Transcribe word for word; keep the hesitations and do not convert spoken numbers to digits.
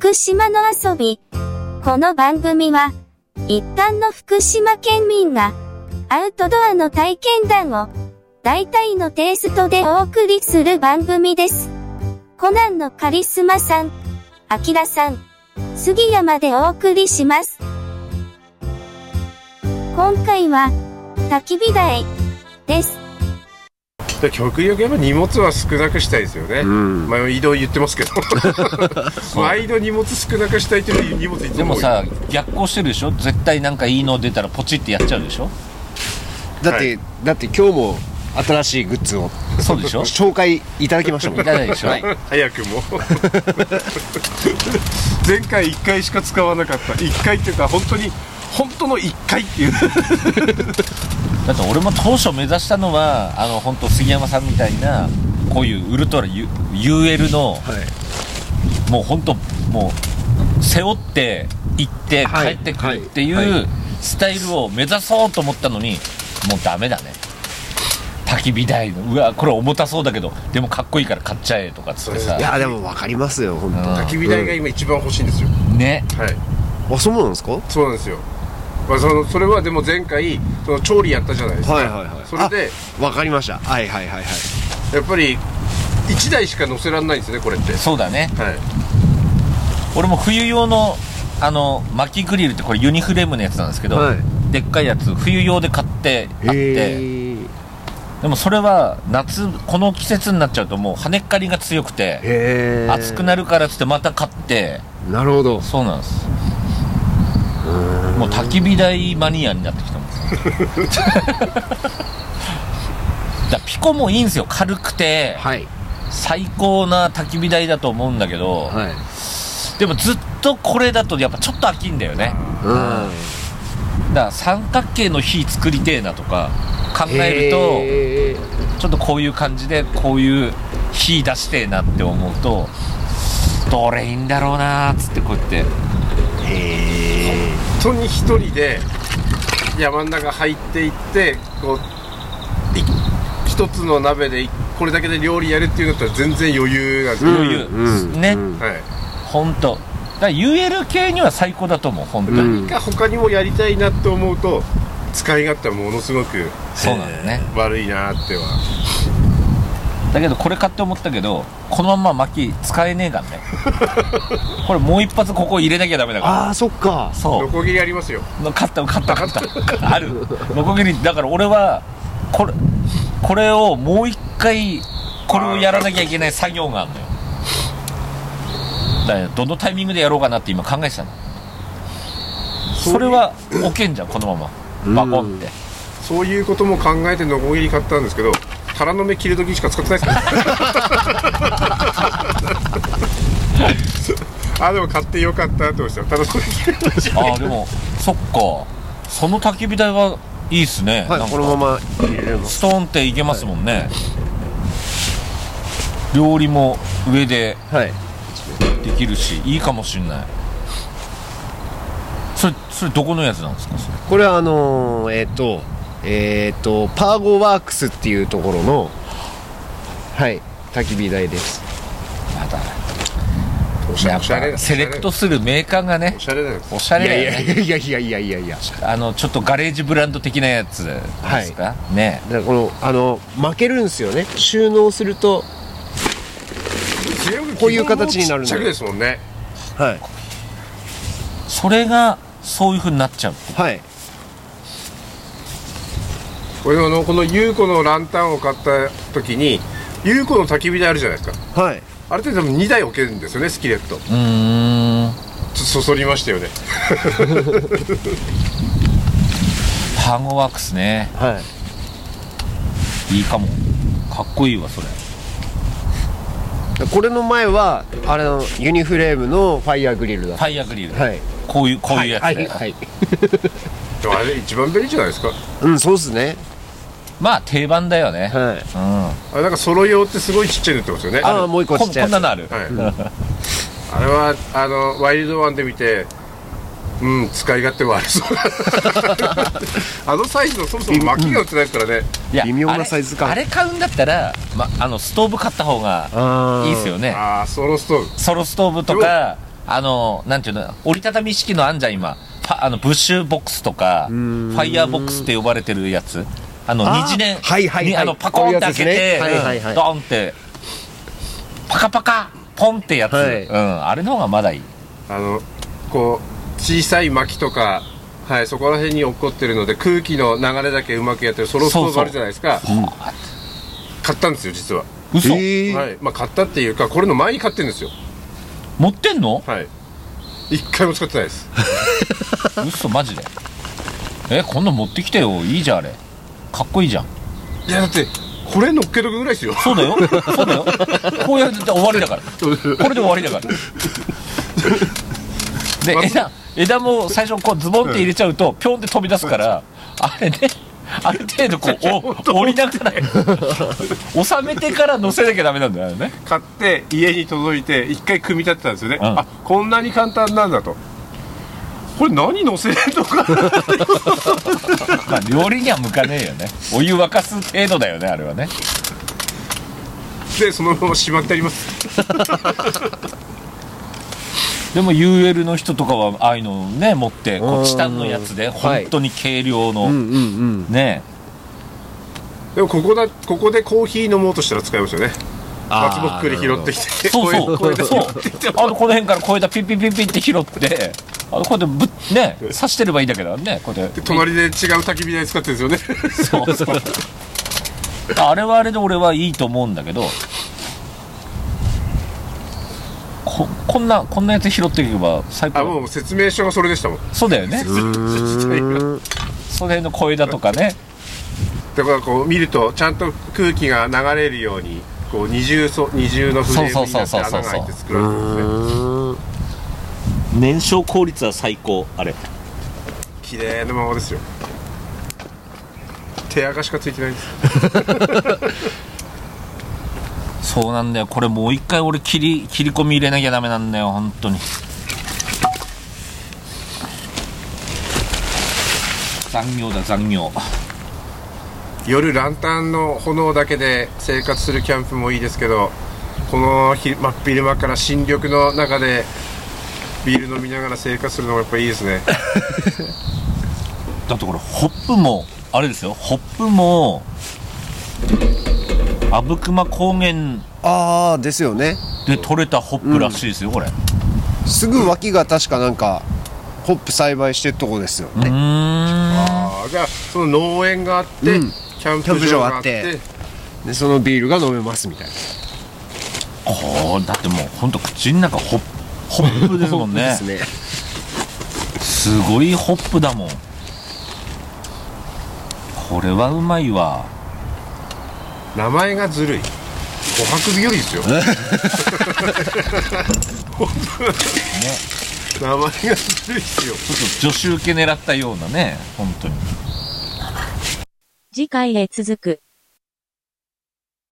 福島の遊び。この番組は、一般の福島県民が、アウトドアの体験談を、大体のテイストでお送りする番組です。コナンのカリスマさん、アキラさん、杉山でお送りします。今回は、焚き火台です。 極力やっぱ荷物は少なくしたいですよね、うん、まあ移動言ってますけど毎度荷物少なくしたいという荷物いつも多い。 でもさ、逆行してるでしょ。絶対なんかいいの出たらポチってやっちゃうでしょ。 だって、はい、だって今日も新しいグッズをそうでしょ紹介いただきましたもん。 いただいでしょ、はい、 早くも前回いっかいしか使わなかった。いっかいっていうか本当に本当のいっかいっていうだって俺も当初目指したのはあの本当杉山さんみたいなこういうウルトラ ユーエル の、はい、もう本当もう背負って行って帰ってくるっていうスタイルを目指そうと思ったのにもうダメだね。焚き火台のうわこれ重たそうだけどでもかっこいいから買っちゃえとかつってさ。 いやでも分かりますよ本当、うん、 焚き火台が今一番欲しいんですよね。 はい。 あ、そうなんですか。 そうなんですよ。まあ、そのそれはでも前回その調理やったじゃないですか。 はいはいはい。 それで分かりました。はいはいはいはい。 やっぱりいちだいしか乗せられないんですねこれって。 そうだね。 はい。 俺も冬用のあの薪グリルってこれユニフレームのやつなんですけど、はい、でっかいやつ冬用で買ってあって、でもそれは夏この季節になっちゃうともう跳ねっかりが強くて熱くなるからっつってまた買って。 なるほど。 そうなんです。もう焚き火台マニアになってきたんですだピコもいいんですよ。軽くて、はい、最高な焚き火台だと思うんだけど、はい、でもずっとこれだとやっぱちょっと飽きんだよね。うん、だから三角形の火作りてえなとか考えるとちょっとこういう感じでこういう火出してえなって思うとどれいいんだろうなーっつってこうやってへ本当に一人で山の中入っていってこう一つの鍋でこれだけで料理やるっていうんだったら全然余裕なんですよ、 うん、余裕、うん、ね、うん、はい。本当だから ユーエル 系には最高だと思う本当に、うん、 何か他にもやりたいなって思うと使い勝手はものすごくそうなんだね、 悪いなっては。 だけどこれ買って思ったけどこのまま薪使えねえからねこれもう一発ここ入れなきゃダメだから。 ああそっか。 そうノコギリありますよ。 買った買った買ったあるノコギリ。だから俺はこれこれをもう一回これをやらなきゃいけない作業があるのよ。だからどのタイミングでやろうかなって今考えてたの。それは置けんじゃんこのままバコンって。 そういうことも考えてノコギリ買ったんですけどタラの芽切る時しか使ってないですからあでも買ってよかったって思ってた。タラの芽切る時あでもそっかその焚き火台はいいっすね、 はい、 なんかこのまま入れれます。 ストーンっていけますもんね、はい、料理も上でできるし、はい、いいかもしんない。それそれどこのやつなんですかそれ。 これはあのー、えっ、ー、とえっ、ー、とパーゴワークスっていうところのはい焚き火台です。 まだやっぱセレクトするメーカーがねおしゃれだよ。 おしゃれだよね。 いやいやいやいやいやいやあのちょっとガレージブランド的なやつですか、はい、ね。 だからこのあの巻けるんですよね。収納するとこういう形になるんだよ。ちっちゃくですもんね。 はい。 それがそういう風になっちゃう。 はい。 これのこの優子のランタンを買った時に優子の焚き火台あるじゃないですか。 はい。 あれって多分にだい置けるんですよねスキレット。うーん。 ちょっとそそりましたよね。 ハーゴワークスね。 はい。 いいかも。かっこいいわそれ。 これの前はあれのユニフレームのファイヤーグリルだ。 ファイヤーグリル。 はい。 こういうこういうやつで、 はいはいはい、 でもあれ一番便利じゃないですか。 うんそうですね。 まあ定番だよね、 はい、 うん、 あれなんかソロ用ってすごいちっちゃいのってますよね。 ああもう一個ちっちゃいこんなのある、 はい、あれはあのワイルドワンで見てうん使い勝手はありそうあのサイズのそもそも薪が売ってないですからね、 うん、いや微妙なサイズ感。 あれ、あれ買うんだったら、ま、あのストーブ買った方がいいですよね。 ああソロストーブソロストーブとかあのなんていうの、折りたたみ式のあんじゃん今、あのブッシュボックスとかファイヤーボックスって呼ばれてるやつ、あの二次元はいはいはい、 あのパコンって開けて、 はいはいはい、 ドンってパカパカポンってやつ、はい、うん、あれの方がまだいい。あのこう小さい薪とか、はい、そこら辺に落っこってるので空気の流れだけうまくやってるソロストーブあるじゃないですか。そうそう、うん、買ったんですよ実は。 嘘、 はい、まあ、買ったっていうかこれの前に買ってるんですよ。 持ってんの？ はい、一回も使ってないです嘘、マジで？え、こんな持ってきてよ。いいじゃん、あれかっこいいじゃん。 いやだってこれ乗っけとくぐらいですよ。 そうだよそうだよ、こうやって終わりだからこれで終わりだからで、枝枝も最初こうズボンって入れちゃうとピョンって飛び出すから、あれね、ある程度こうお折りながら収めてから乗せなきゃダメなんだよね。 買って家に届いて一回組み立てたんですよね、うん、あ、こんなに簡単なんだと。これ何乗せるのかまあ料理には向かねえよね。お湯沸かす程度だよね、あれはね。 でそのまましまってありますでも ユーエル の人とかはああいうのをね持ってこうチタンのやつで本当に軽量の、はい、うんうんうん、ね。 でもここだここでコーヒー飲もうとしたら使いますよね。松ぼっくり拾ってきて、 そうそうそうそう、あのこの辺から小枝ピッピッピッピッって拾ってあのこうやってぶね刺してればいいだけだね。こうやって隣で違う焚き火台使ってるんですよねそうそうあれはあれで俺はいいと思うんだけど、こ, こんなこんなやつ拾っていけば最高。 あ、もう説明書がそれでしたもん。 そうだよねその辺の小枝とかね。 だからこう見るとちゃんと空気が流れるようにこう二重そ二重のフレームになって穴が開いて作られてるんですね。 燃焼効率は最高。あれ綺麗なままですよ。手垢しかついてないんですそうなんだよ。これもう一回俺切り切り込み入れなきゃダメなんだよ本当に。残業だ残業。 夜ランタンの炎だけで生活するキャンプもいいですけど、この真っ昼間から新緑の中でビール飲みながら生活するのもやっぱいいですねだってこれホップもあれですよ。ホップも阿武隈高原ああですよねで採れたホップらしいですよ、うん、これすぐ脇が確かなんかホップ栽培してるとこですよね。うーん、 あ、じゃあその農園があって、うん、キャンプ場があってでそのビールが飲めますみたいな。 ああ、だってもうほんと口の中ホップホップですもんねですね。すごいホップだもん。これはうまいわ。 名前がずるい。琥珀日和ですよね。名前がずるいですよ。 ちょっと助手受け狙ったようなね、本当に。 次回へ続く。